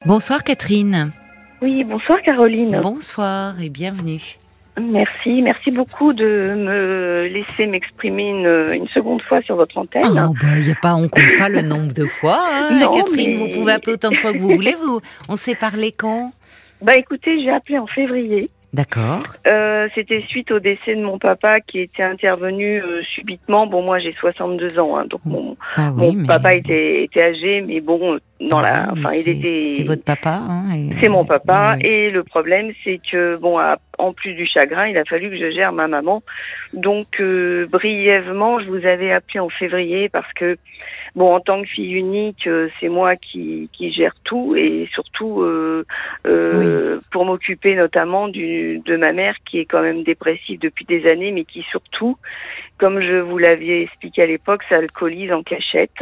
Bonsoir Catherine. Oui, bonsoir Caroline. Bonsoir et bienvenue. Merci beaucoup de me laisser m'exprimer une seconde fois sur votre antenne. On compte pas le nombre de fois, Non, Catherine, mais... vous pouvez appeler autant de fois que vous voulez. On s'est parlé quand ? Écoutez, j'ai appelé en février. D'accord. C'était suite au décès de mon papa qui était intervenu subitement. Bon, moi j'ai 62 ans, donc mon papa était âgé, mais bon, c'est votre papa, c'est mon papa. Oui. Et le problème, c'est que en plus du chagrin, il a fallu que je gère ma maman. Donc brièvement, je vous avais appelé en février parce que en tant que fille unique, c'est moi qui gère tout et surtout pour m'occuper notamment de ma mère qui est quand même dépressive depuis des années, mais qui surtout, comme je vous l'aviez expliqué à l'époque, s'alcoolise en cachette.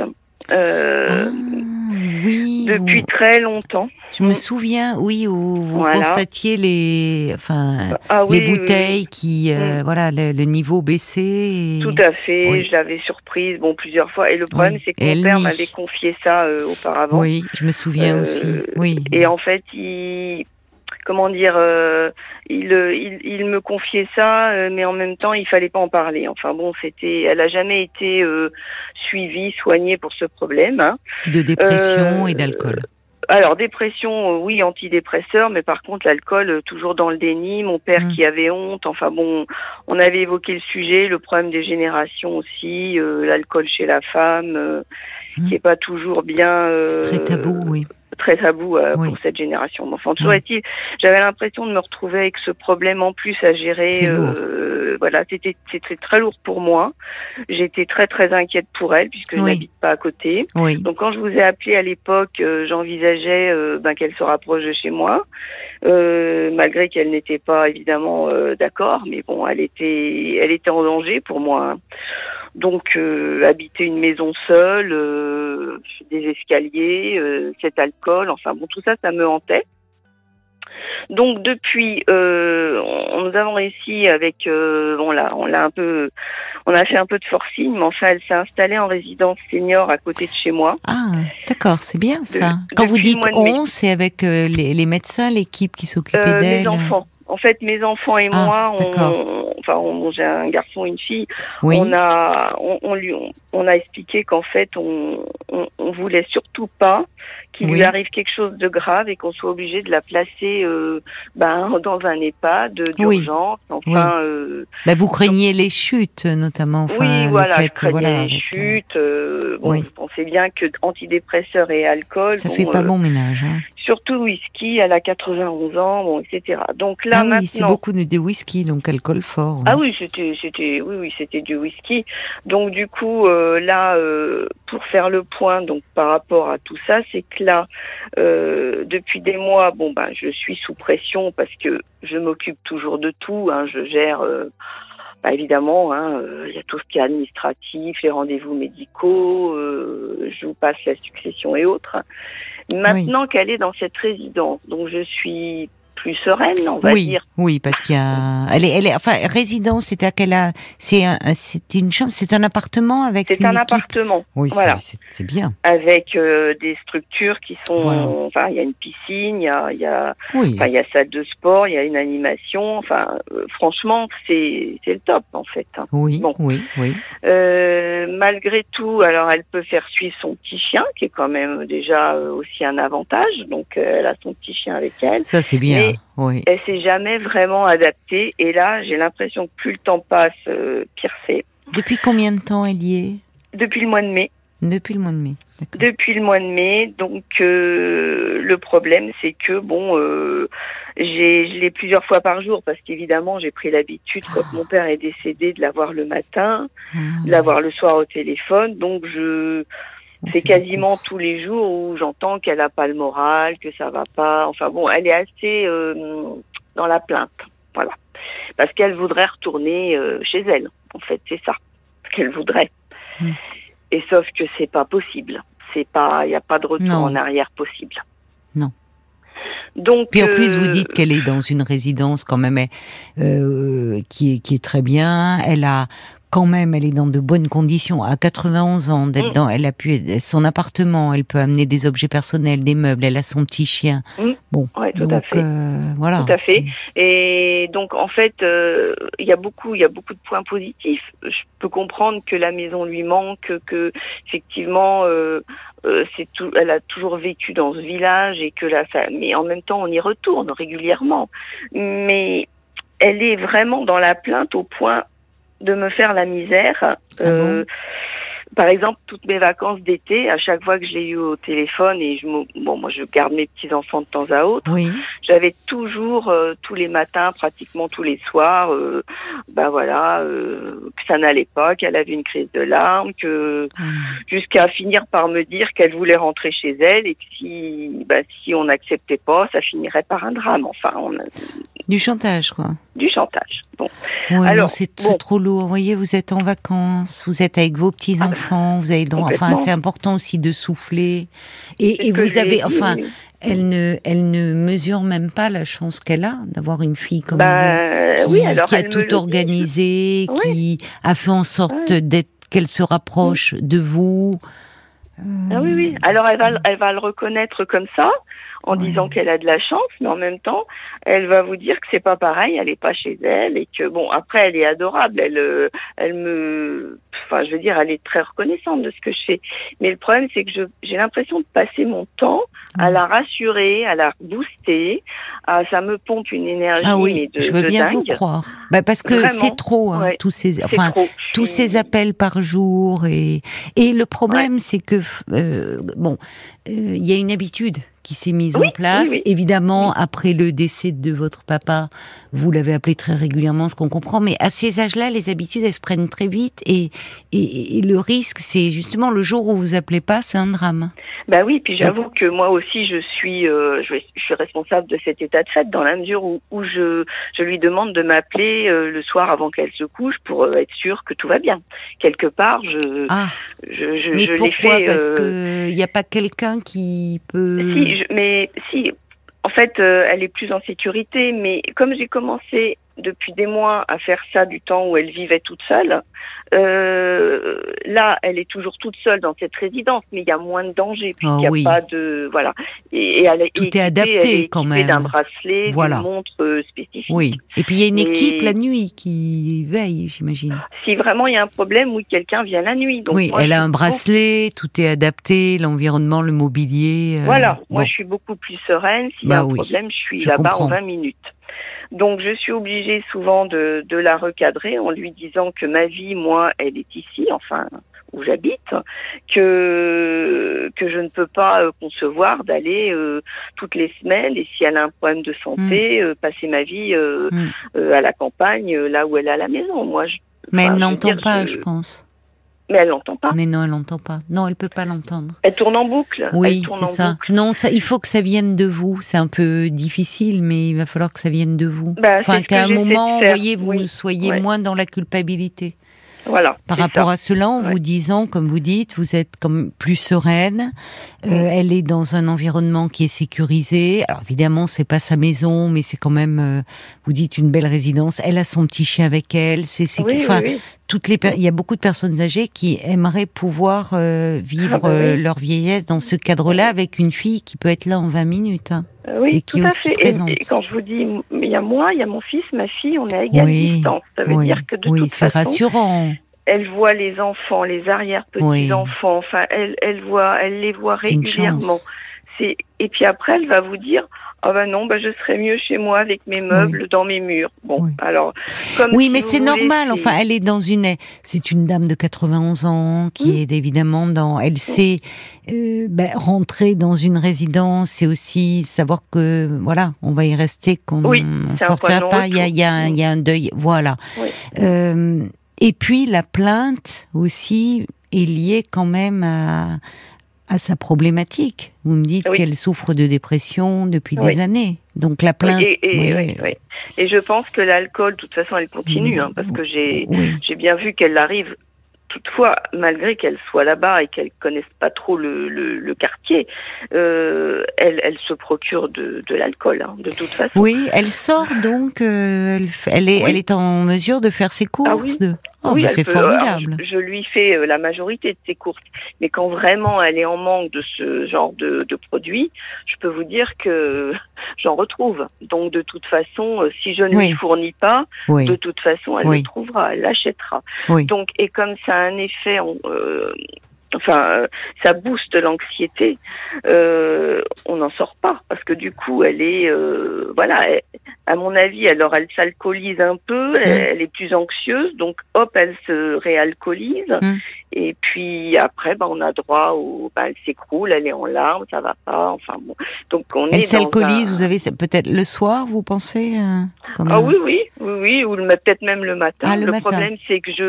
Depuis très longtemps. Je me souviens, où vous constatiez les bouteilles qui, le niveau baissé. Tout à fait, je l'avais surprise plusieurs fois. Et le problème, c'est que mon père m'avait confié ça auparavant. Oui, je me souviens aussi. Oui. Et en fait, il me confiait ça, mais en même temps, il fallait pas en parler. Elle a jamais été suivie, soignée pour ce problème. De dépression et d'alcool. Alors, dépression, oui, antidépresseur, mais par contre, l'alcool, toujours dans le déni. Mon père qui avait honte. On avait évoqué le sujet, le problème des générations aussi, l'alcool chez la femme, qui est pas toujours bien... C'est très tabou, oui. Très tabou pour cette génération. Toujours est-il, j'avais l'impression de me retrouver avec ce problème en plus à gérer. C'était très lourd pour moi. J'étais très très inquiète pour elle puisque je n'habite pas à côté. Oui. Donc quand je vous ai appelé à l'époque, j'envisageais qu'elle se rapproche de chez moi, malgré qu'elle n'était pas évidemment d'accord, mais bon, elle était en danger pour moi. Donc habiter une maison seule, des escaliers, cet alcool, tout ça, ça me hantait. Donc depuis, nous avons réussi avec, on a fait un peu de forcing, mais elle s'est installée en résidence senior à côté de chez moi. Ah, d'accord, c'est bien ça. Quand vous dites on, c'est avec les médecins, l'équipe qui s'occupait d'elle. Mes enfants. En fait, mes enfants et moi, j'ai un garçon et une fille. Oui. On a expliqué qu'en fait, on voulait surtout pas qu'il lui arrive quelque chose de grave et qu'on soit obligé de la placer dans un EHPAD d'urgence. Vous craignez les chutes, notamment. Je craignais les chutes. Vous pensez bien que antidépresseurs et alcool. Ça fait pas bon ménage. Surtout whisky, elle a 91 ans, etc. Donc là, maintenant, c'est beaucoup de whisky, donc alcool fort. Ah oui, c'était du whisky. Donc du coup, pour faire le point, donc par rapport à tout ça, c'est que là, depuis des mois, je suis sous pression parce que je m'occupe toujours de tout. Je gère. Évidemment, il y a tout ce qui est administratif, les rendez-vous médicaux, je vous passe la succession et autres. Maintenant qu'elle est dans cette résidence, donc je suis plus sereine, on va dire. Oui, parce qu'il y a, elle est, résidence, c'est-à-dire qu'elle a, c'est une chambre, c'est un appartement avec. C'est un appartement. Oui, voilà. C'est bien. Avec des structures qui sont, il y a une piscine, il y a salle de sport, il y a une animation. Franchement, c'est le top en fait. Oui. Malgré tout, alors elle peut faire suivre son petit chien, qui est quand même déjà aussi un avantage. Donc elle a son petit chien avec elle. Ça c'est bien. Mais elle s'est jamais vraiment adaptée. Et là, j'ai l'impression que plus le temps passe, pire c'est. Depuis combien de temps elle y est ? Depuis le mois de mai. Depuis le mois de mai. D'accord. Depuis le mois de mai. Donc le problème, c'est que je l'ai plusieurs fois par jour parce qu'évidemment, j'ai pris l'habitude quand mon père est décédé de la voir le matin, de la voir le soir au téléphone. Donc c'est quasiment tous les jours où j'entends qu'elle a pas le moral, que ça va pas. Elle est assez dans la plainte, voilà, parce qu'elle voudrait retourner chez elle. En fait, c'est ça ce qu'elle voudrait. Et sauf que c'est pas possible. Il y a pas de retour en arrière possible. Non. Donc, puis en plus, vous dites qu'elle est dans une résidence quand même qui est très bien. Elle a quand même, elle est dans de bonnes conditions. À 91 ans, d'être dans, elle a pu son appartement, elle peut amener des objets personnels, des meubles, elle a son petit chien. Bon, ouais, tout à fait. Voilà. Tout à fait. Et donc, en fait, il y a beaucoup de points positifs. Je peux comprendre que la maison lui manque, que effectivement, elle a toujours vécu dans ce village et que mais en même temps, on y retourne régulièrement. Mais elle est vraiment dans la plainte au point de me faire la misère. Par exemple, toutes mes vacances d'été, à chaque fois que je l'ai eu au téléphone, et moi je garde mes petits-enfants de temps à autre, j'avais toujours, tous les matins, pratiquement tous les soirs, que ça n'allait pas, qu'elle avait une crise de larmes, jusqu'à finir par me dire qu'elle voulait rentrer chez elle et que si on n'acceptait pas, ça finirait par un drame. Enfin, du chantage, quoi. Du chantage. Bon. Ouais, alors, c'est trop lourd. Vous voyez, vous êtes en vacances, vous êtes avec vos petits-enfants, vous avez le droit. Enfin, c'est important aussi de souffler. Et vous avez, elle ne mesure même pas la chance qu'elle a d'avoir une fille comme vous, qui a tout organisé, qui a fait en sorte qu'elle se rapproche de vous. Oui. Alors, elle va le reconnaître comme ça, en disant qu'elle a de la chance, mais en même temps, elle va vous dire que c'est pas pareil, elle est pas chez elle, et que après, elle est adorable, elle est très reconnaissante de ce que je fais. Mais le problème, c'est que j'ai l'impression de passer mon temps à la rassurer, à la booster, ça me pompe une énergie. Ah oui, je veux bien vous croire. Parce que vraiment, c'est trop, tous ces appels par jour, et le problème, c'est que il y a une habitude qui s'est mise en place. Évidemment, après le décès de votre papa, vous l'avez appelé très régulièrement, ce qu'on comprend, mais à ces âges-là, les habitudes, elles se prennent très vite, et le risque, c'est justement le jour où vous appelez pas, c'est un drame. Puis j'avoue que moi aussi, je suis responsable de cet état de fait, dans la mesure où je lui demande de m'appeler le soir avant qu'elle se couche pour être sûre que tout va bien. Quelque part, mais pourquoi ? Parce que y a pas quelqu'un qui peut... Si, en fait, elle est plus en sécurité, mais comme j'ai commencé depuis des mois à faire ça du temps où elle vivait toute seule, là, elle est toujours toute seule dans cette résidence, mais il y a moins de danger, puisqu'il n'y a pas de... Voilà. Et tout est adapté, quand même. D'un bracelet, d'une montre spécifique. Oui. Et puis il y a une équipe la nuit qui veille, j'imagine. Si vraiment il y a un problème, quelqu'un vient la nuit. Donc moi, elle a un bracelet, tout est adapté, l'environnement, le mobilier. Moi je suis beaucoup plus sereine. S'il y a un problème, je suis là-bas en 20 minutes. Donc je suis obligée souvent de la recadrer en lui disant que ma vie, moi, elle est ici, où j'habite, que je ne peux pas concevoir d'aller toutes les semaines, et si elle a un problème de santé, passer ma vie à la campagne, là où elle est à la maison. Mais elle n'entend pas, je pense. Mais elle l'entend pas. Mais non, elle l'entend pas. Non, elle peut pas l'entendre. Elle tourne en boucle. Oui, c'est ça. Non, il faut que ça vienne de vous. C'est un peu difficile, mais il va falloir que ça vienne de vous. Qu'à un moment, vous soyez moins dans la culpabilité. Voilà. Par rapport à cela, en vous disant, comme vous dites, vous êtes comme plus sereine. Elle est dans un environnement qui est sécurisé. Alors évidemment, c'est pas sa maison, mais c'est quand même, vous dites, une belle résidence. Elle a son petit chien avec elle. Il y a beaucoup de personnes âgées qui aimeraient pouvoir vivre leur vieillesse dans ce cadre-là, avec une fille qui peut être là en 20 minutes. Oui, tout à fait. Et quand je vous dis, il y a moi, il y a mon fils, ma fille, on est à égale distance. Ça veut dire que de toute façon, c'est rassurant. Elle voit les enfants, les arrière-petits-enfants. Elle les voit régulièrement. Et puis après, elle va vous dire, je serais mieux chez moi avec mes meubles dans mes murs. Alors, mais c'est normal. Elle est c'est une dame de 91 ans qui est évidemment elle sait rentrer dans une résidence, c'est aussi savoir que on va y rester, qu'on ne sortira pas. Il y a un deuil, voilà. Et puis la plainte aussi est liée quand même à sa problématique. Vous me dites qu'elle souffre de dépression depuis des années. Donc la plainte... Et je pense que l'alcool, de toute façon, elle continue, parce que j'ai bien vu qu'elle arrive toutefois, malgré qu'elle soit là-bas et qu'elle connaisse pas trop le quartier, elle se procure de l'alcool, hein, de toute façon. Oui, elle sort donc, elle est en mesure de faire ses courses. Ah oui. Oh, oui, c'est formidable. Je lui fais la majorité de ses courses, mais quand vraiment elle est en manque de ce genre de produits, je peux vous dire que j'en retrouve. Donc de toute façon, si je ne lui fournis pas, de toute façon elle le trouvera, elle l'achètera. Donc et comme ça a un effet, ça booste l'anxiété, on n'en sort pas parce que du coup elle est à mon avis, alors elle s'alcoolise un peu, elle est plus anxieuse, donc hop, elle se réalcoolise. Et puis après, on a droit elle s'écroule, elle est en larmes, ça va pas, enfin bon. Donc elle s'alcoolise, vous avez peut-être le soir, vous pensez oui, ou peut-être même le matin. Ah, le matin. Problème, c'est que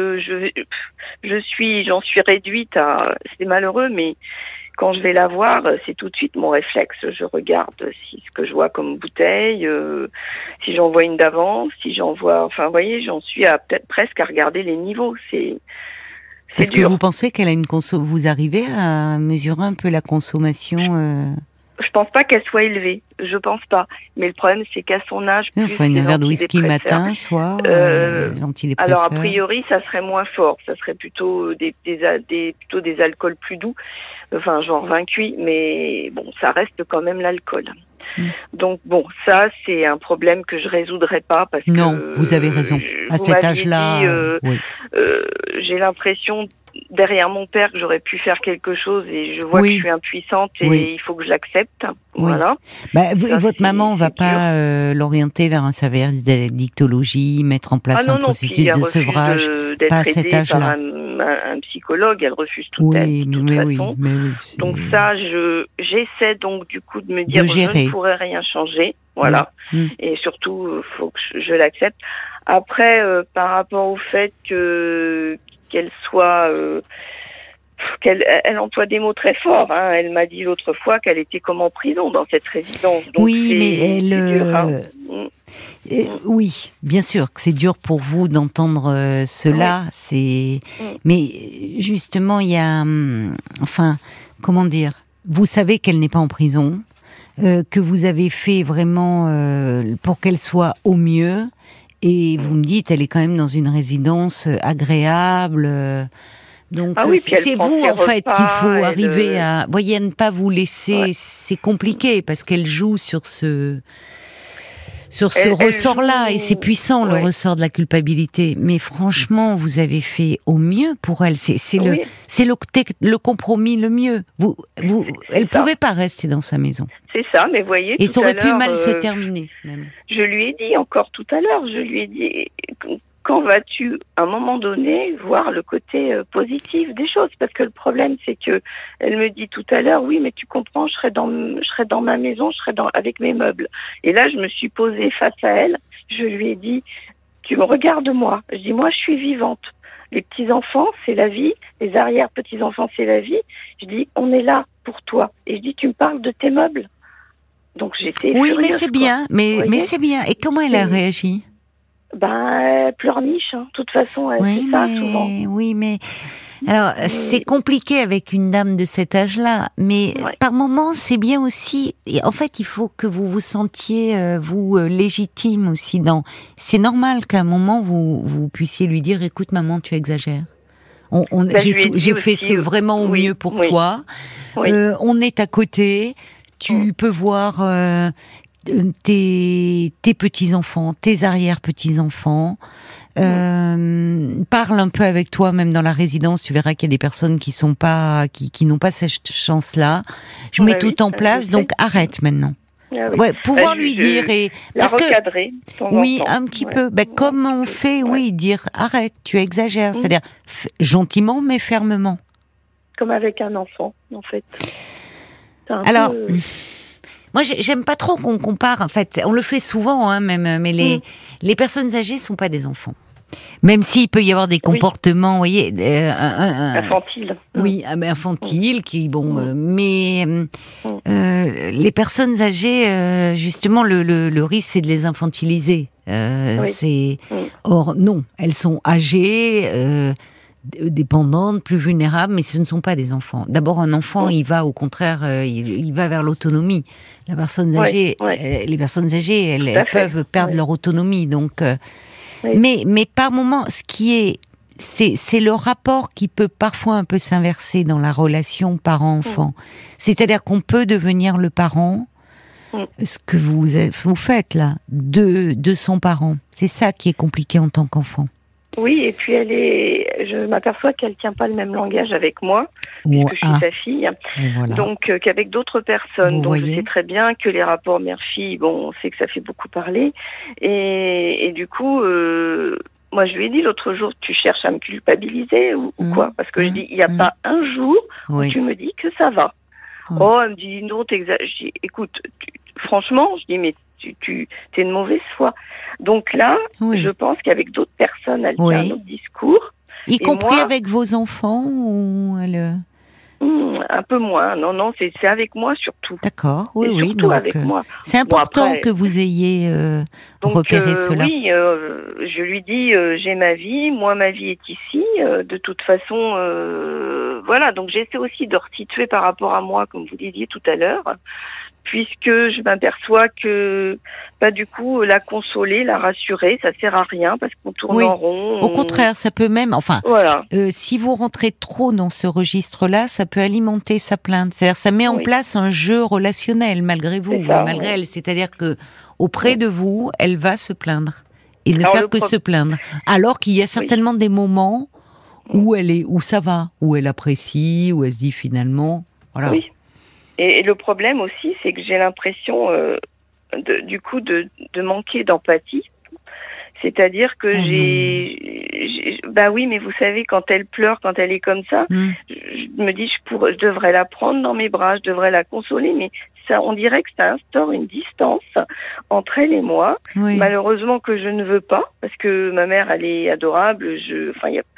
j'en suis réduite à, c'est malheureux, mais quand je vais la voir, c'est tout de suite mon réflexe. Je regarde si ce que je vois comme bouteille, si j'en vois une d'avance, si j'en vois, vous voyez, j'en suis à peut-être presque à regarder les niveaux. Est-ce que vous pensez qu'elle a une vous arrivez à mesurer un peu la consommation Je pense pas qu'elle soit élevée, je pense pas. Mais le problème, c'est qu'à son âge, il faut un verre de whisky matin, soir, les antidépresseurs. Alors a priori, ça serait moins fort, ça serait plutôt des alcools plus doux, genre vin cuit, mais bon, ça reste quand même l'alcool. Donc bon, ça c'est un problème que je résoudrai pas parce que non, vous avez raison. À cet âge-là, j'ai l'impression derrière mon père que j'aurais pu faire quelque chose et je vois que je suis impuissante et il faut que je l'accepte. Voilà. Votre maman va pas l'orienter vers un service d'addictologie, mettre en place un processus de sevrage, pas à cet âge-là. Un psychologue, elle refuse toute aide de toute façon. Donc ça, j'essaie donc du coup de me dire je ne pourrais rien changer, voilà. Et surtout, faut que je l'accepte. Après, par rapport au fait qu'elle soit, elle emploie des mots très forts. Hein. Elle m'a dit l'autre fois qu'elle était comme en prison dans cette résidence. Donc mais elle. Oui, bien sûr que c'est dur pour vous d'entendre cela. Mais justement, il y a, comment dire, vous savez qu'elle n'est pas en prison, que vous avez fait vraiment pour qu'elle soit au mieux. Et vous me dites, elle est quand même dans une résidence agréable. Donc c'est vous en fait qu'il faut arriver à, voyez, à ne pas vous laisser. C'est compliqué parce qu'elle joue sur ce ressort-là et c'est puissant le ressort de la culpabilité. Mais franchement, vous avez fait au mieux pour elle. C'est le compromis le mieux. Elle pouvait pas rester dans sa maison. C'est ça, mais voyez. Et ça aurait pu mal se terminer. Même. Je lui ai dit encore tout à l'heure. Je lui ai dit. Quand vas-tu, à un moment donné, voir le côté positif des choses? Parce que le problème, c'est que elle me dit tout à l'heure, oui, mais tu comprends, je serai dans ma maison, avec mes meubles. Et là, je me suis posée face à elle. Je lui ai dit, tu me regardes moi. Je dis, moi, je suis vivante. Les petits-enfants, c'est la vie. Les arrière-petits-enfants, c'est la vie. Je dis, on est là pour toi. Et je dis, tu me parles de tes meubles. Donc, j'étais furieuse, mais c'est bien. Mais c'est bien. Et comment elle a réagi? Pleurniche, hein. De toute façon, c'est ça, souvent. Oui, mais... Alors, c'est compliqué avec une dame de cet âge-là, mais par moments, c'est bien aussi... Et en fait, il faut que vous vous sentiez, légitime aussi dans... C'est normal qu'à un moment, vous puissiez lui dire, écoute, maman, tu exagères. J'ai fait vraiment au mieux pour toi. On est à côté. Tu peux voir... tes petits-enfants, tes arrière-petits-enfants, parle un peu avec toi, même dans la résidence, tu verras qu'il y a des personnes qui n'ont pas cette chance-là. Je mets tout en place, donc arrête maintenant. Pouvoir lui dire et parce recadrer, oui, un petit peu, comme on fait, dire arrête, tu exagères, c'est-à-dire gentiment mais fermement. Comme avec un enfant, en fait. Alors. Moi, j'aime pas trop qu'on compare. En fait, on le fait souvent, même. Mais les personnes âgées sont pas des enfants. Même s'il peut y avoir des comportements, vous voyez, infantiles. Oui, infantiles, mais les personnes âgées, justement, le risque, c'est de les infantiliser. Or, non, elles sont âgées. dépendantes, plus vulnérables, mais ce ne sont pas des enfants. D'abord, un enfant, il va au contraire, il va vers l'autonomie. La personne âgée, les personnes âgées, elles peuvent perdre leur autonomie. Donc, mais par moment, ce qui est, c'est le rapport qui peut parfois un peu s'inverser dans la relation parent-enfant. C'est-à-dire qu'on peut devenir le parent, ce que vous faites là, de son parent. C'est ça qui est compliqué en tant qu'enfant. Oui, et puis je m'aperçois qu'elle tient pas le même langage avec moi, puisque je suis sa fille, voilà. Donc qu'avec d'autres personnes. Donc je sais très bien que les rapports mère-fille, bon, on sait que ça fait beaucoup parler, et du coup, moi je lui ai dit l'autre jour, tu cherches à me culpabiliser ou quoi? Parce que je dis, il n'y a pas un jour où tu me dis que ça va. Oh, elle me dit non, t'exagères. Je dis, écoute, franchement, je dis, mais tu es de mauvaise foi. Donc là, je pense qu'avec d'autres personnes, elle tient un autre discours. Y compris moi, avec vos enfants ou elle... Un peu moins. Non, c'est avec moi surtout. D'accord, oui. Surtout Donc, avec moi. C'est important après, que vous ayez repéré cela. Oui, je lui dis, j'ai ma vie, moi ma vie est ici. De toute façon, voilà. Donc j'essaie aussi de resituer par rapport à moi, comme vous disiez tout à l'heure, puisque je m'aperçois que, du coup, la consoler, la rassurer, ça sert à rien parce qu'on tourne en rond. Au contraire, ça peut même, si vous rentrez trop dans ce registre-là, ça peut alimenter sa plainte. C'est-à-dire, ça met en place un jeu relationnel malgré vous, malgré elle. C'est-à-dire que auprès de vous, elle va se plaindre et ne faire que se plaindre. Alors qu'il y a certainement des moments où où ça va, où elle apprécie, où elle se dit finalement, voilà. Oui. Et le problème aussi, c'est que j'ai l'impression, du coup, de manquer d'empathie. C'est-à-dire que oui, mais vous savez, quand elle pleure, quand elle est comme ça, je me dis, je devrais la prendre dans mes bras, je devrais la consoler, mais ça, on dirait que ça instaure une distance entre elle et moi. Oui. Malheureusement que je ne veux pas, parce que ma mère, elle est adorable, je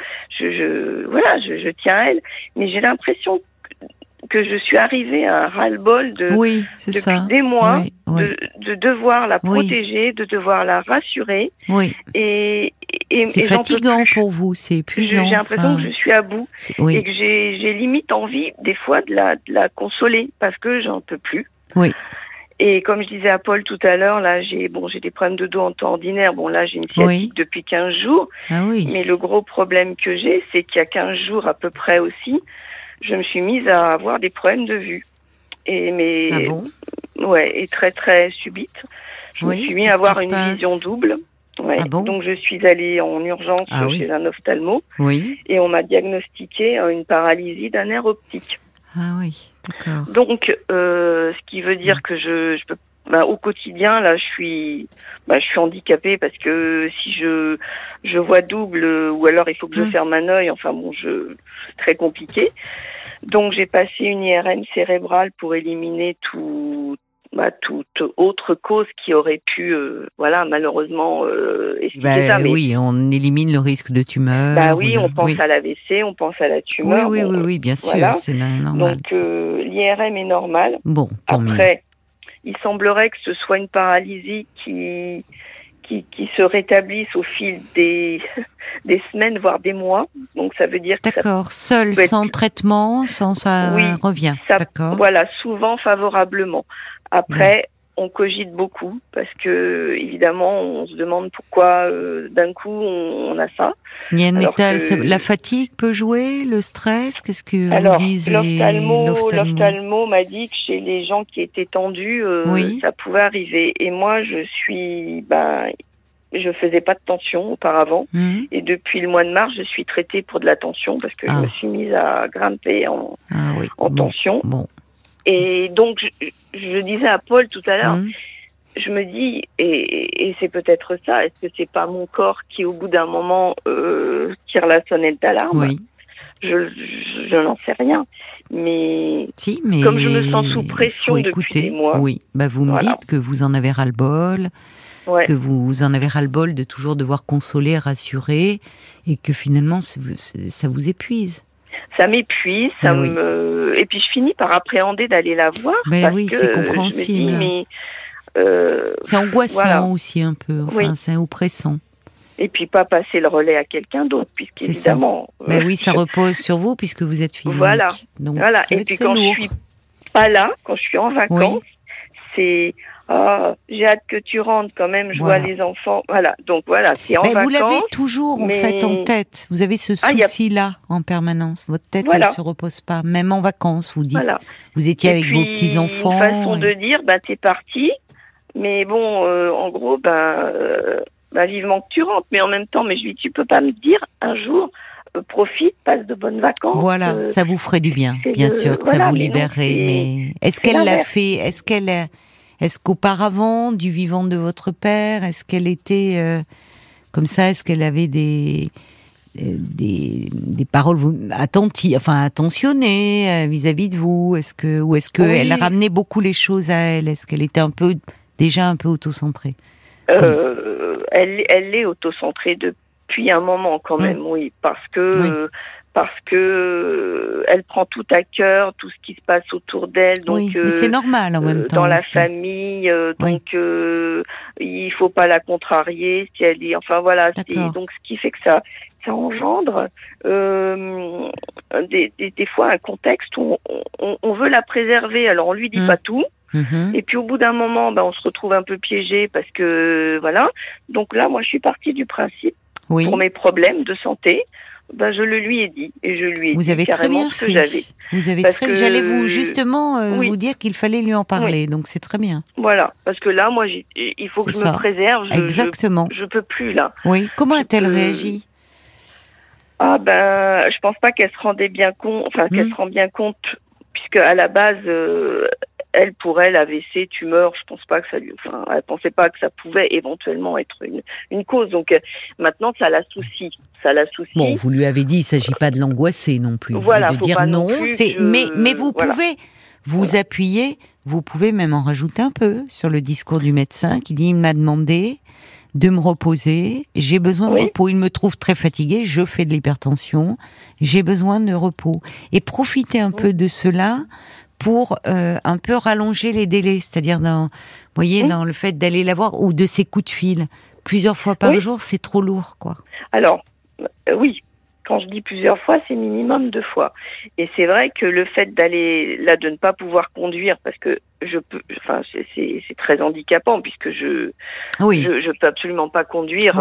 tiens à elle, mais j'ai l'impression que je suis arrivée à un ras-le-bol depuis des mois de devoir la protéger, de devoir la rassurer. Oui. Et c'est fatigant pour vous, c'est épuisant. J'ai l'impression que je suis à bout et que j'ai limite envie des fois de la consoler parce que j'en peux plus. Oui. Et comme je disais à Paul tout à l'heure, là j'ai des problèmes de dos en temps ordinaire. Bon là j'ai une sciatique depuis 15 jours. Ah oui. Mais le gros problème que j'ai, c'est qu'il y a 15 jours à peu près aussi, je me suis mise à avoir des problèmes de vue. Ah bon? Et très très subite. Je me suis mise à avoir une vision double. Ah bon? Donc je suis allée en urgence chez un ophtalmo. Oui. Et on m'a diagnostiqué une paralysie d'un nerf optique. Ah oui, d'accord. Donc ce qui veut dire que je peux au quotidien là je suis handicapée parce que si je vois double ou alors il faut que je ferme un œil, très compliqué. Donc j'ai passé une IRM cérébrale pour éliminer toute autre cause qui aurait pu malheureusement expliquer ça. Oui, on élimine le risque de tumeur. On pense à l'AVC, on pense à la tumeur. Oui, bien sûr, c'est normal. Donc l'IRM est normale. Bon, tant mieux. Après, il semblerait que ce soit une paralysie qui se rétablissent au fil des semaines, voire des mois. Donc ça veut dire que d'accord, seul, sans traitement, sans ça revient. D'accord. Voilà, souvent favorablement. Après, on cogite beaucoup parce que évidemment, on se demande pourquoi d'un coup on a ça. Il y a la fatigue peut jouer, le stress. Qu'est-ce que vous disent l'ophtalmo m'a dit que chez les gens qui étaient tendus, ça pouvait arriver. Et moi, je faisais pas de tension auparavant. Et depuis le mois de mars, je suis traitée pour de la tension parce que je me suis mise à grimper en tension. Bon. Et donc, je disais à Paul tout à l'heure, je me dis, et c'est peut-être ça, est-ce que c'est pas mon corps qui, au bout d'un moment, tire la sonnette d'alarme? Je n'en sais rien. Mais comme je me sens sous pression depuis des mois... Oui, vous me dites que vous en avez ras-le-bol, que vous en avez ras-le-bol de toujours devoir consoler, rassurer, et que finalement, ça vous épuise. Ça m'épuise, et puis je finis par appréhender d'aller la voir. Parce que c'est compréhensible. Je me dis, c'est angoissant aussi un peu, c'est oppressant. Et puis pas passer le relais à quelqu'un d'autre, puisqu'évidemment... Mais oui, ça repose sur vous, puisque vous êtes fille Voilà. unique. Donc, Voilà. Et puis quand lourd. je suis pas là, quand je suis en vacances, c'est... Ah, j'ai hâte que tu rentres quand même, je vois les enfants. Voilà, donc voilà, c'est en vacances. Vous l'avez toujours en fait en tête. Vous avez ce souci-là en permanence. Votre tête, elle se repose pas. Même en vacances, vous dites. Voilà. Vous étiez avec vos petits-enfants. Une façon de dire, t'es parti. Mais bon, en gros, vivement que tu rentres. Mais en même temps, je lui dis, tu peux pas me dire un jour... profite, passe de bonnes vacances. Voilà, ça vous ferait du bien, bien sûr, que ça vous libérerait. Mais est-ce qu'elle l'a fait? Est-ce qu'auparavant, du vivant de votre père, est-ce qu'elle était comme ça? Est-ce qu'elle avait des paroles attentives, attentionnées vis-à-vis de vous? Est-ce que elle ramenait beaucoup les choses à elle? Est-ce qu'elle était déjà un peu autocentrée? Elle est autocentrée depuis un moment quand même, oui, parce que elle prend tout à cœur, tout ce qui se passe autour d'elle. Donc, mais c'est normal en même temps. Dans la famille, donc il faut pas la contrarier si elle est. Enfin voilà, donc ce qui fait que ça engendre des fois un contexte où on veut la préserver. Alors on lui dit pas tout. Et puis au bout d'un moment, on se retrouve un peu piégé parce que voilà. Donc là, moi, je suis partie du principe pour mes problèmes de santé. Je le lui ai dit et je lui ai dit carrément ce que j'avais. Vous avez J'allais vous vous dire qu'il fallait lui en parler, donc c'est très bien. Voilà, parce que là, moi, il faut que je me préserve. Exactement. Je peux plus là. Oui. Comment a-t-elle réagi? Je pense pas qu'elle se rendait bien compte. Enfin, qu'elle se rend bien compte, puisque à la base. Elle, pour elle, AVC, tumeur, je pense pas que ça lui, elle pensait pas que ça pouvait éventuellement être une cause. Donc, maintenant, ça la soucie. Bon, vous lui avez dit, il s'agit pas de l'angoisser non plus. Voilà. De dire non, mais vous pouvez vous appuyer, vous pouvez même en rajouter un peu sur le discours du médecin qui dit, il m'a demandé de me reposer, j'ai besoin de repos, il me trouve très fatiguée, je fais de l'hypertension, j'ai besoin de repos. Et profitez un peu de cela pour un peu rallonger les délais, c'est-à-dire dans le fait d'aller la voir ou de ces coups de fil plusieurs fois par jour, c'est trop lourd, quoi. Alors, oui, quand je dis plusieurs fois, c'est minimum 2 fois. Et c'est vrai que le fait d'aller là, de ne pas pouvoir conduire, parce que c'est très handicapant puisque je peux absolument pas conduire.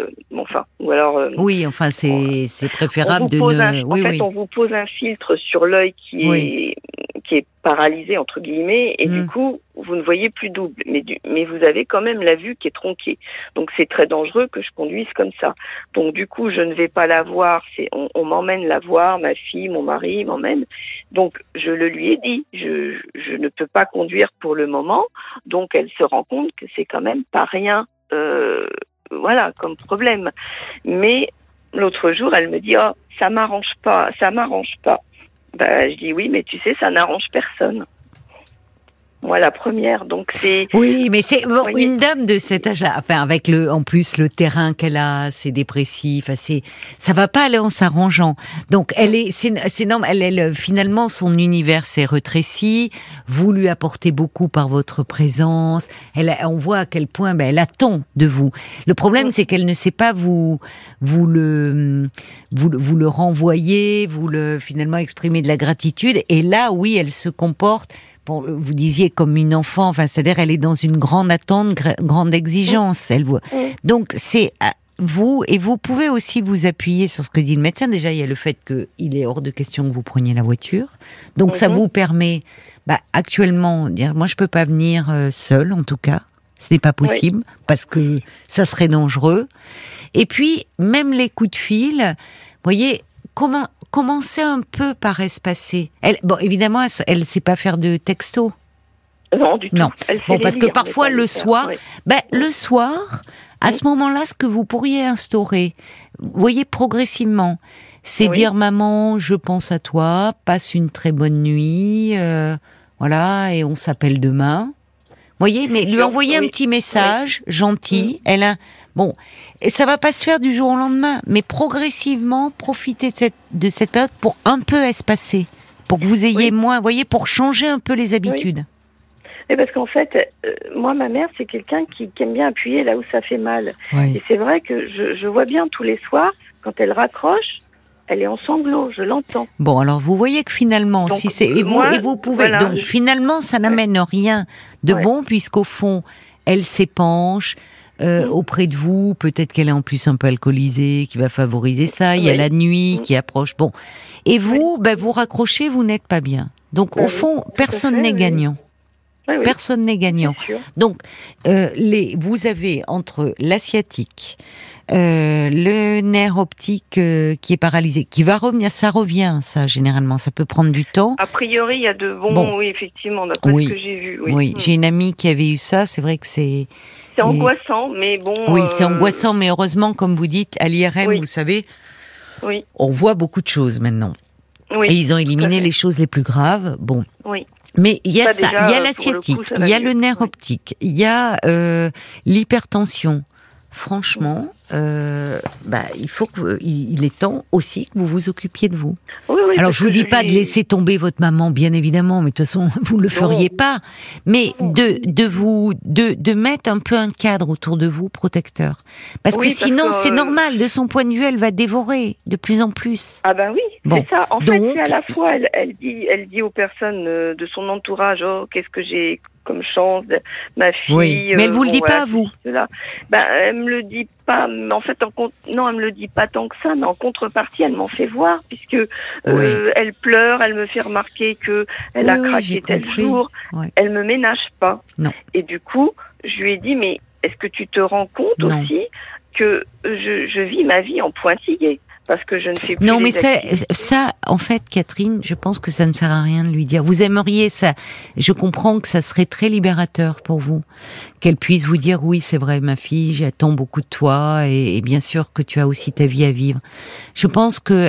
C'est préférable on vous pose un filtre sur l'œil qui est paralysé entre guillemets et du coup vous ne voyez plus double, mais vous avez quand même la vue qui est tronquée. Donc c'est très dangereux que je conduise comme ça. Donc du coup je ne vais pas la voir. On m'emmène la voir, ma fille, mon mari m'emmène. Donc je le lui ai dit, je ne peux pas conduire pour le moment. Donc elle se rend compte que c'est quand même pas rien, comme problème. Mais l'autre jour elle me dit ça m'arrange pas. Je dis oui, mais tu sais, ça n'arrange personne. Moi, la première, donc c'est... Oui, mais c'est une dame de cet âge-là, avec en plus le terrain qu'elle a, c'est dépressif, ça va pas aller en s'arrangeant. Donc c'est normal, finalement son univers s'est rétréci, vous lui apportez beaucoup par votre présence, on voit à quel point elle attend de vous. Le problème, c'est qu'elle ne sait pas vous le renvoyer, finalement exprimer de la gratitude, et là, oui, elle se comporte... vous disiez comme une enfant, c'est-à-dire elle est dans une grande attente, grande exigence. Elle voit. Donc c'est vous, et vous pouvez aussi vous appuyer sur ce que dit le médecin. Déjà, il y a le fait qu'il est hors de question que vous preniez la voiture. Donc ça vous permet actuellement dire, moi je peux pas venir seule, en tout cas, ce n'est pas possible parce que ça serait dangereux. Et puis même les coups de fil, vous voyez. Commencez un peu par espacer. Évidemment, elle ne sait pas faire de texto. Non, du tout. Non. Parce que parfois, le soir, à ce moment-là, ce que vous pourriez instaurer, vous voyez, progressivement, c'est dire, maman, je pense à toi, passe une très bonne nuit, et on s'appelle demain. Vous voyez, mais lui envoyer un petit message gentil, et ça va pas se faire du jour au lendemain, mais progressivement profiter de cette période pour un peu espacer, pour que vous ayez moins, pour changer un peu les habitudes. Et parce qu'en fait, moi, ma mère, c'est quelqu'un qui aime bien appuyer là où ça fait mal. Oui. Et c'est vrai que je vois bien tous les soirs, quand elle raccroche, elle est en sanglots, je l'entends. Bon, alors vous voyez que finalement, Donc, si c'est et vous pouvez voilà, donc finalement ça n'amène rien de bon puisqu'au fond elle s'épanche auprès de vous. Peut-être qu'elle est en plus un peu alcoolisée, qui va favoriser ça. Il y a la nuit qui approche. Bon, et vous, vous raccrochez, vous n'êtes pas bien. Donc au fond, personne n'est gagnant. Oui. Personne n'est gagnant. Donc, vous avez entre la sciatique, le nerf optique qui est paralysé, qui va revenir, ça revient, ça, généralement, ça peut prendre du temps. A priori, il y a de bons, oui, effectivement, d'après ce que j'ai vu. Oui, j'ai une amie qui avait eu ça, c'est vrai que c'est... C'est angoissant, mais bon... Oui, c'est angoissant, mais heureusement, comme vous dites, à l'IRM, vous savez, on voit beaucoup de choses maintenant. Oui, et ils ont éliminé les choses les plus graves, bon... Oui. Mais il y a ça, il y a la sciatique, il y a le nerf optique, il y a l'hypertension. Franchement, il est temps aussi que vous vous occupiez de vous. Oui, alors je vous dis pas de laisser tomber votre maman, bien évidemment, mais de toute façon vous le feriez pas. Mais de mettre un peu un cadre autour de vous, protecteur, parce que sinon c'est normal. De son point de vue, elle va dévorer de plus en plus. Ah ben oui, c'est ça. En fait, c'est à la fois elle dit aux personnes de son entourage, oh qu'est-ce que j'ai comme chance, ma fille. Oui, mais elle vous le dit pas à vous. Elle me le dit pas. Mais en fait, non, elle me le dit pas tant que ça. Mais en contrepartie, elle m'en fait voir puisque elle pleure, elle me fait remarquer que elle a craqué tel jour. Oui. Elle me ménage pas. Non. Et du coup, je lui ai dit mais est-ce que tu te rends compte aussi que je vis ma vie en pointillé? Parce que je ne fais plus. Non, mais ça, en fait, Catherine, je pense que ça ne sert à rien de lui dire. Vous aimeriez ça. Je comprends que ça serait très libérateur pour vous, qu'elle puisse vous dire oui, c'est vrai, ma fille, j'attends beaucoup de toi, et bien sûr que tu as aussi ta vie à vivre. Je pense que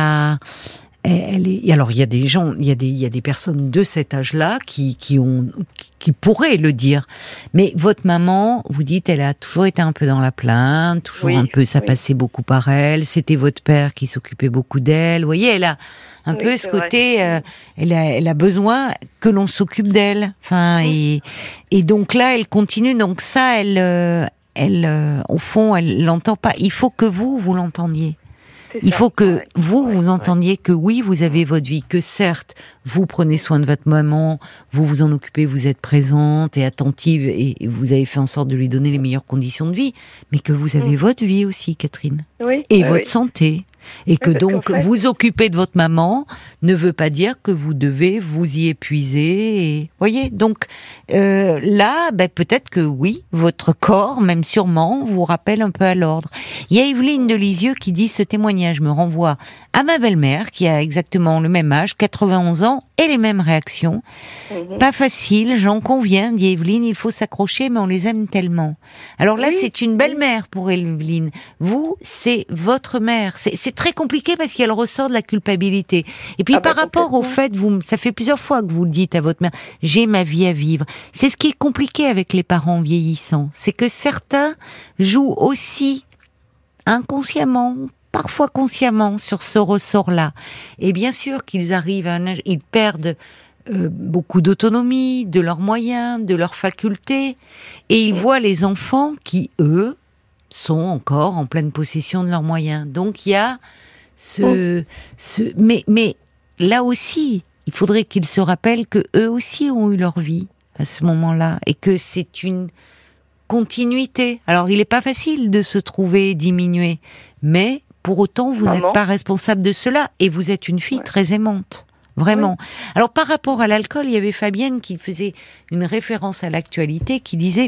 alors il y a des gens, il y a des personnes de cet âge-là qui pourraient le dire. Mais votre maman, vous dites, elle a toujours été un peu dans la plainte, toujours un peu, ça passait beaucoup par elle. C'était votre père qui s'occupait beaucoup d'elle. Vous voyez, elle a un peu ce côté, elle a besoin que l'on s'occupe d'elle. Enfin, et donc là, elle continue. Donc ça, elle, au fond, elle l'entend pas. Il faut que vous l'entendiez. Il faut que vous entendiez que oui, vous avez votre vie, que certes, vous prenez soin de votre maman, vous vous en occupez, vous êtes présente et attentive et vous avez fait en sorte de lui donner les meilleures conditions de vie, mais que vous avez votre vie aussi, Catherine, et votre santé. Et que donc vous occuper de votre maman ne veut pas dire que vous devez vous y épuiser. Et, voyez, donc là, peut-être que oui, votre corps, même sûrement, vous rappelle un peu à l'ordre. Il y a Evelyne de Lisieux qui dit: ce témoignage me renvoie à ma belle-mère qui a exactement le même âge, 91 ans, et les mêmes réactions. Pas facile, j'en conviens, dit Evelyne, il faut s'accrocher, mais on les aime tellement. Alors là, c'est une belle-mère pour Evelyne. Vous, c'est votre mère. C'est très compliqué parce qu'il y a le ressort de la culpabilité. Et puis par rapport au fait, ça fait plusieurs fois que vous le dites à votre mère, j'ai ma vie à vivre. C'est ce qui est compliqué avec les parents vieillissants. C'est que certains jouent aussi inconsciemment, parfois consciemment, sur ce ressort-là. Et bien sûr qu'ils arrivent à un âge, ils perdent beaucoup d'autonomie, de leurs moyens, de leurs facultés, et ils voient les enfants qui, eux, sont encore en pleine possession de leurs moyens. Donc il y a mais là aussi, il faudrait qu'ils se rappellent que eux aussi ont eu leur vie à ce moment-là, et que c'est une continuité. Alors il n'est pas facile de se trouver diminué, mais pour autant vous n'êtes pas responsable de cela, et vous êt une fille très aimante. Vraiment. Oui. Alors par rapport à l'alcool, il y avait Fabienne qui faisait une référence à l'actualité, qui disait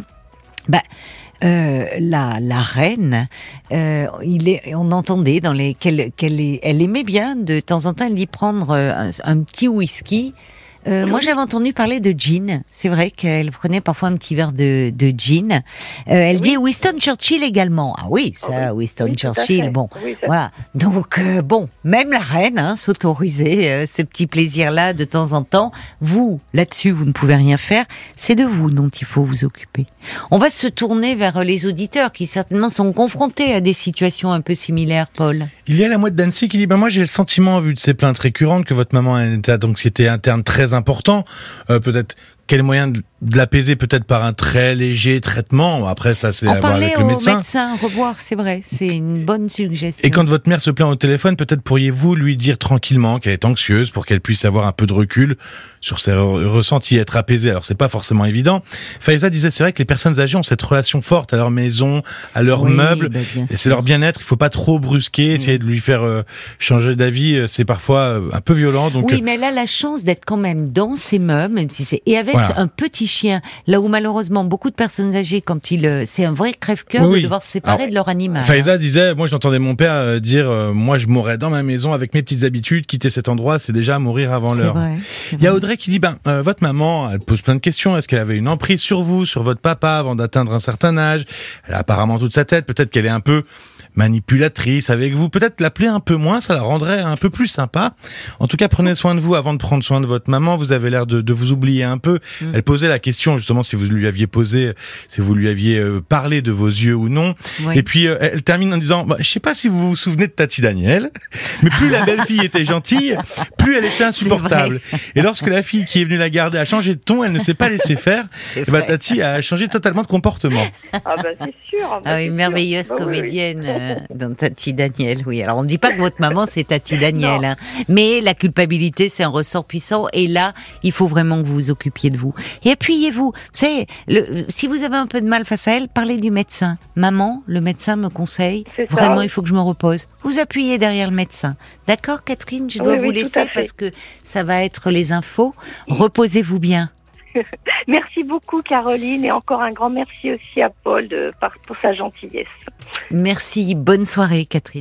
la reine, on entendait elle aimait bien de temps en temps, elle dit prendre un petit whisky. Moi, j'avais entendu parler de gin. C'est vrai qu'elle prenait parfois un petit verre de gin. Elle dit Winston Churchill également. Ah oui, ça, Winston Churchill. Bon, voilà. Donc, même la reine s'autorisait ce petit plaisir-là de temps en temps. Vous, là-dessus, vous ne pouvez rien faire. C'est de vous dont il faut vous occuper. On va se tourner vers les auditeurs qui certainement sont confrontés à des situations un peu similaires, Paul. Il y a la mouette d'Annecy qui dit moi j'ai le sentiment, vu de ces plaintes récurrentes, que votre maman a un état d'anxiété interne très important. Peut-être quel moyen de l'apaiser peut-être par un très léger traitement. Après, ça, c'est à voir avec le médecin. En parler au médecin, revoir, c'est vrai, c'est une bonne suggestion. Et quand votre mère se plaint au téléphone, peut-être pourriez-vous lui dire tranquillement qu'elle est anxieuse pour qu'elle puisse avoir un peu de recul sur ses ressentis, être apaisée. Alors, c'est pas forcément évident. Faiza disait, c'est vrai que les personnes âgées ont cette relation forte à leur maison, à leurs meubles. Et c'est leur bien-être. Il faut pas trop brusquer, essayer de lui faire changer d'avis. C'est parfois un peu violent. Donc, oui, mais elle a la chance d'être quand même dans ses meubles, même si c'est, et avec un petit chien. Là où malheureusement, beaucoup de personnes âgées, quand c'est un vrai crève-cœur de devoir se séparer de leur animal. Faiza disait, moi j'entendais mon père dire, moi je mourrais dans ma maison avec mes petites habitudes, quitter cet endroit, c'est déjà mourir avant l'heure. Il y a Audrey qui dit, votre maman, elle pose plein de questions. Est-ce qu'elle avait une emprise sur vous, sur votre papa avant d'atteindre un certain âge? Elle a apparemment toute sa tête. Peut-être qu'elle est un peu manipulatrice avec vous. Peut-être l'appeler un peu moins, ça la rendrait un peu plus sympa. En tout cas, prenez soin de vous avant de prendre soin de votre maman. Vous avez l'air de vous oublier un peu. Elle posait la question justement si vous lui aviez parlé de vos yeux ou non. Et puis elle termine en disant, je sais pas si vous vous souvenez de Tati Daniel, mais plus la belle fille était gentille, plus elle était insupportable. Et lorsque la fille qui est venue la garder a changé de ton, elle ne s'est pas laissée faire. Et Tati a changé totalement de comportement. C'est sûr. Merveilleuse comédienne. Dans Tati Daniel, oui. Alors on ne dit pas que votre maman c'est Tati Daniel, mais la culpabilité c'est un ressort puissant et là il faut vraiment que vous vous occupiez de vous. Et appuyez-vous. Vous savez, si vous avez un peu de mal face à elle, parlez du médecin. Maman, le médecin me conseille. Vraiment, il faut que je me repose. Vous appuyez derrière le médecin. D'accord, Catherine? Je dois vous laisser parce que ça va être les infos. Reposez-vous bien. Merci beaucoup Caroline et encore un grand merci aussi à Paul pour sa gentillesse. Merci, bonne soirée Catherine.